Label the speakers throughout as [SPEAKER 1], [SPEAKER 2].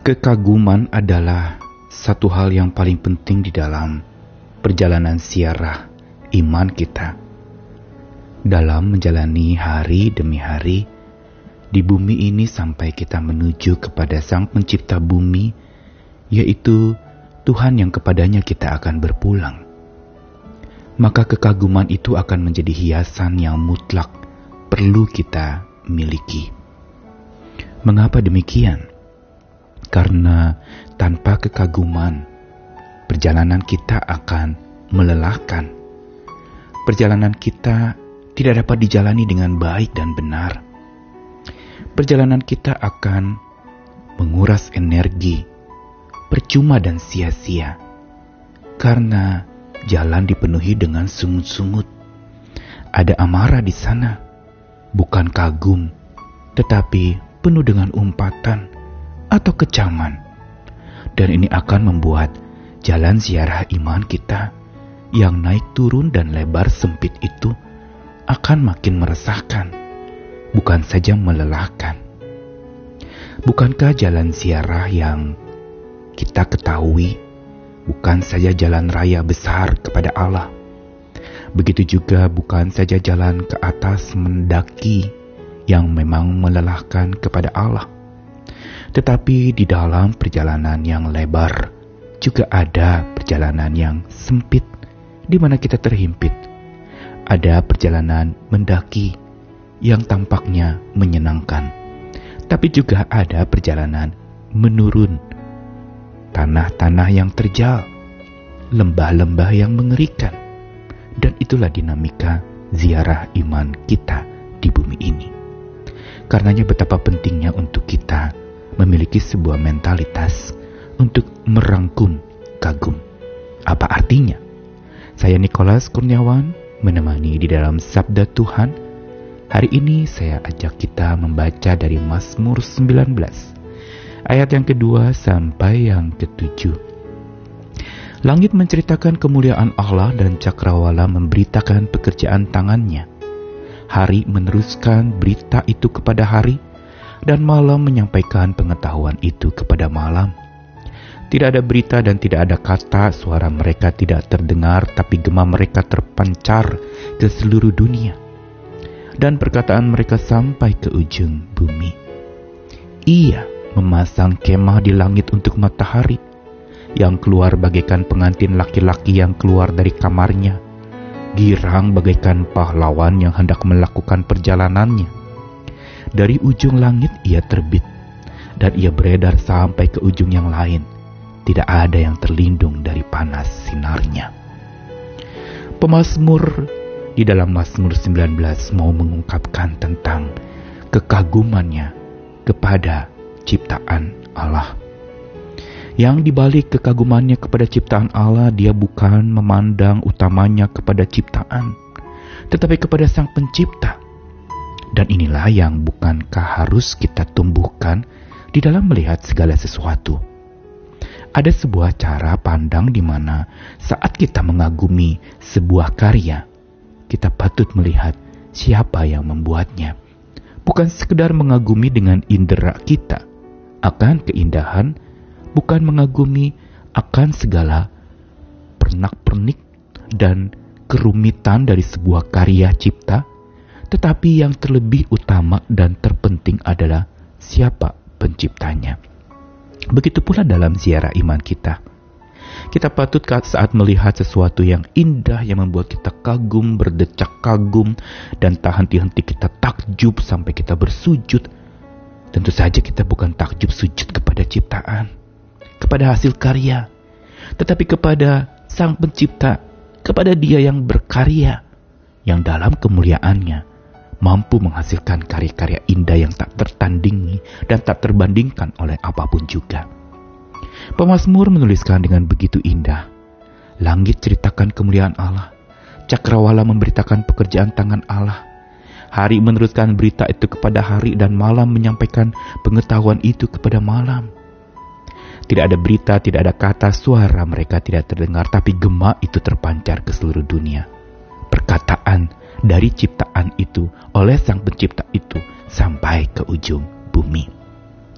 [SPEAKER 1] Kekaguman adalah satu hal yang paling penting di dalam perjalanan ziarah iman kita. Dalam menjalani hari demi hari di bumi ini sampai kita menuju kepada Sang Pencipta bumi, yaitu Tuhan yang kepadanya kita akan berpulang. Maka kekaguman itu akan menjadi hiasan yang mutlak perlu kita miliki. Mengapa demikian? Karena tanpa kekaguman, perjalanan kita akan melelahkan. Perjalanan kita tidak dapat dijalani dengan baik dan benar. Perjalanan kita akan menguras energi, percuma dan sia-sia. Karena jalan dipenuhi dengan sungut-sungut. Ada amarah di sana, bukan kagum, tetapi penuh dengan umpatan atau kecaman. Dan ini akan membuat jalan ziarah iman kita yang naik turun dan lebar sempit itu akan makin meresahkan, bukan saja melelahkan. Bukankah jalan ziarah yang kita ketahui bukan saja jalan raya besar kepada Allah? Begitu juga bukan saja jalan ke atas mendaki yang memang melelahkan kepada Allah. Tetapi di dalam perjalanan yang lebar juga ada perjalanan yang sempit di mana kita terhimpit. Ada perjalanan mendaki yang tampaknya menyenangkan, tapi juga ada perjalanan menurun, tanah-tanah yang terjal, lembah-lembah yang mengerikan. Dan itulah dinamika ziarah iman kita di bumi ini. Karenanya betapa pentingnya untuk kita memiliki sebuah mentalitas untuk merangkum kagum. Apa artinya? Saya Nikolas Kurniawan menemani di dalam Sabda Tuhan. Hari ini saya ajak kita membaca dari Mazmur 19, ayat yang kedua sampai yang ketujuh. Langit menceritakan kemuliaan Allah dan cakrawala memberitakan pekerjaan tangannya. Hari meneruskan berita itu kepada hari, dan malam menyampaikan pengetahuan itu kepada malam. Tidak ada berita dan tidak ada kata, suara mereka tidak terdengar, tapi gema mereka terpancar ke seluruh dunia. Dan perkataan mereka sampai ke ujung bumi. Ia memasang kemah di langit untuk matahari, yang keluar bagaikan pengantin laki-laki yang keluar dari kamarnya, girang bagaikan pahlawan yang hendak melakukan perjalanannya. Dari ujung langit ia terbit, dan ia beredar sampai ke ujung yang lain. Tidak ada yang terlindung dari panas sinarnya. Pemazmur di dalam Mazmur 19 mau mengungkapkan tentang kekagumannya kepada ciptaan Allah. Yang dibalik kekagumannya kepada ciptaan Allah, dia bukan memandang utamanya kepada ciptaan, tetapi kepada Sang Pencipta. Dan inilah yang bukankah harus kita tumbuhkan di dalam melihat segala sesuatu. Ada sebuah cara pandang di mana saat kita mengagumi sebuah karya, kita patut melihat siapa yang membuatnya. Bukan sekedar mengagumi dengan indera kita akan keindahan, bukan mengagumi akan segala pernak-pernik dan kerumitan dari sebuah karya cipta, tetapi yang terlebih utama dan terpenting adalah siapa penciptanya. Begitu pula dalam ziarah iman kita. Kita patut saat melihat sesuatu yang indah yang membuat kita kagum, berdecak kagum, dan tak henti-henti kita takjub sampai kita bersujud. Tentu saja kita bukan takjub sujud kepada ciptaan, kepada hasil karya, tetapi kepada Sang Pencipta, kepada Dia yang berkarya, yang dalam kemuliaannya mampu menghasilkan karya-karya indah yang tak tertandingi dan tak terbandingkan oleh apapun juga. Pemazmur menuliskan dengan begitu indah. Langit ceritakan kemuliaan Allah, cakrawala memberitakan pekerjaan tangan Allah. Hari meneruskan berita itu kepada hari, dan malam menyampaikan pengetahuan itu kepada malam. Tidak ada berita, tidak ada kata, suara mereka tidak terdengar, tapi gema itu terpancar ke seluruh dunia. Perkataan dari ciptaan itu oleh Sang Pencipta itu sampai ke ujung bumi.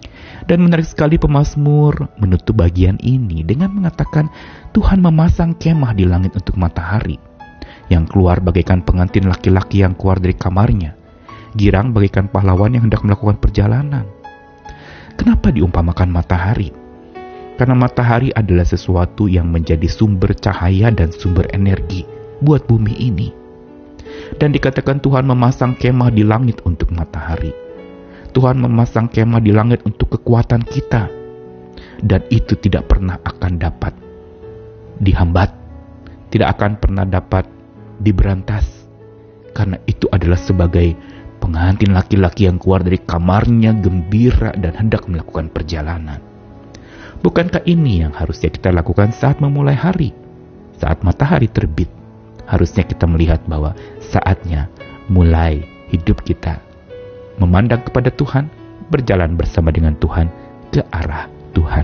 [SPEAKER 1] Dan menarik sekali pemazmur menutup bagian ini dengan mengatakan Tuhan memasang kemah di langit untuk matahari, yang keluar bagaikan pengantin laki-laki yang keluar dari kamarnya, girang bagaikan pahlawan yang hendak melakukan perjalanan. Kenapa diumpamakan matahari? Karena matahari adalah sesuatu yang menjadi sumber cahaya dan sumber energi buat bumi ini. Dan dikatakan Tuhan memasang kemah di langit untuk matahari. Tuhan memasang kemah di langit untuk kekuatan kita. Dan itu tidak pernah akan dapat dihambat, tidak akan pernah dapat diberantas. Karena itu adalah sebagai pengantin laki-laki yang keluar dari kamarnya gembira dan hendak melakukan perjalanan. Bukankah ini yang harusnya kita lakukan saat memulai hari? Saat matahari terbit, harusnya kita melihat bahwa saatnya mulai hidup kita memandang kepada Tuhan, berjalan bersama dengan Tuhan ke arah Tuhan.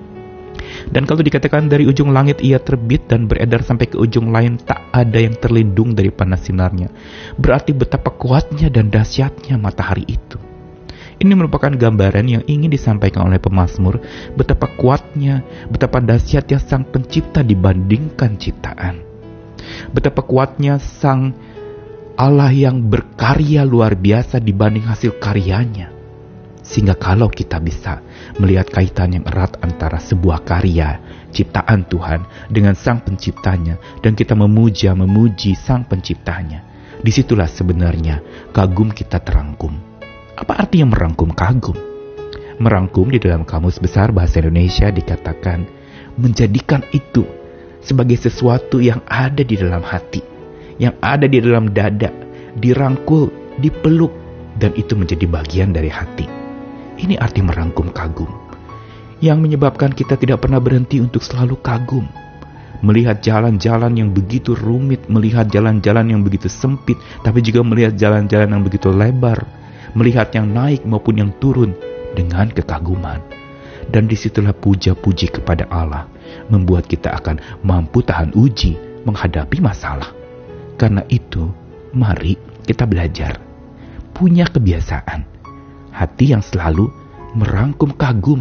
[SPEAKER 1] Dan kalau dikatakan dari ujung langit ia terbit dan beredar sampai ke ujung lain, tak ada yang terlindung dari panas sinarnya. Berarti betapa kuatnya dan dahsyatnya matahari itu. Ini merupakan gambaran yang ingin disampaikan oleh pemazmur, betapa kuatnya, betapa dahsyatnya Sang Pencipta dibandingkan ciptaan. Betapa kuatnya Sang Allah yang berkarya luar biasa dibanding hasil karyanya. Sehingga kalau kita bisa melihat kaitan yang erat antara sebuah karya ciptaan Tuhan dengan Sang Penciptanya, dan kita memuji Sang Penciptanya, disitulah sebenarnya kagum kita terangkum. Apa artinya merangkum kagum? Merangkum di dalam Kamus Besar Bahasa Indonesia dikatakan menjadikan itu sebagai sesuatu yang ada di dalam hati, yang ada di dalam dada, dirangkul, dipeluk, dan itu menjadi bagian dari hati. Ini arti merangkum kagum, yang menyebabkan kita tidak pernah berhenti untuk selalu kagum. Melihat jalan-jalan yang begitu rumit, melihat jalan-jalan yang begitu sempit, tapi juga melihat jalan-jalan yang begitu lebar, melihat yang naik maupun yang turun dengan kekaguman. Dan disitulah puja-puji kepada Allah membuat kita akan mampu tahan uji menghadapi masalah. Karena itu, mari kita belajar punya kebiasaan hati yang selalu merangkum kagum,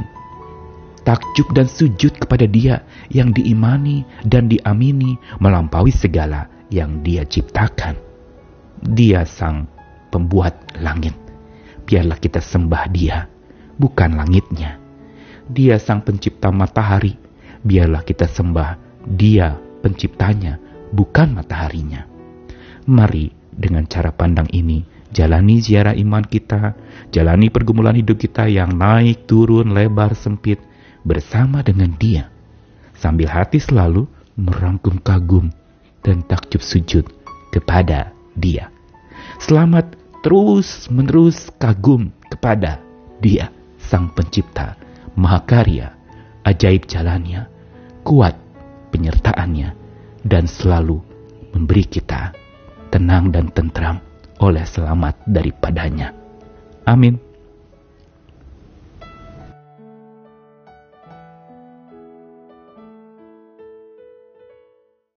[SPEAKER 1] takjub dan sujud kepada Dia yang diimani dan diamini melampaui segala yang Dia ciptakan. Dia Sang Pembuat langit. Biarlah kita sembah Dia, bukan langitnya. Dia Sang Pencipta matahari. Biarlah kita sembah Dia Penciptanya, bukan mataharinya. Mari dengan cara pandang ini, jalani ziarah iman kita, jalani pergumulan hidup kita yang naik, turun, lebar, sempit, bersama dengan Dia. Sambil hati selalu merangkum kagum dan takjub sujud kepada Dia. Selamat terus-menerus kagum kepada Dia, Sang Pencipta, Mahakarya, ajaib jalannya, kuat penyertaannya, dan selalu memberi kita tenang dan tentram oleh selamat daripadanya. Amin.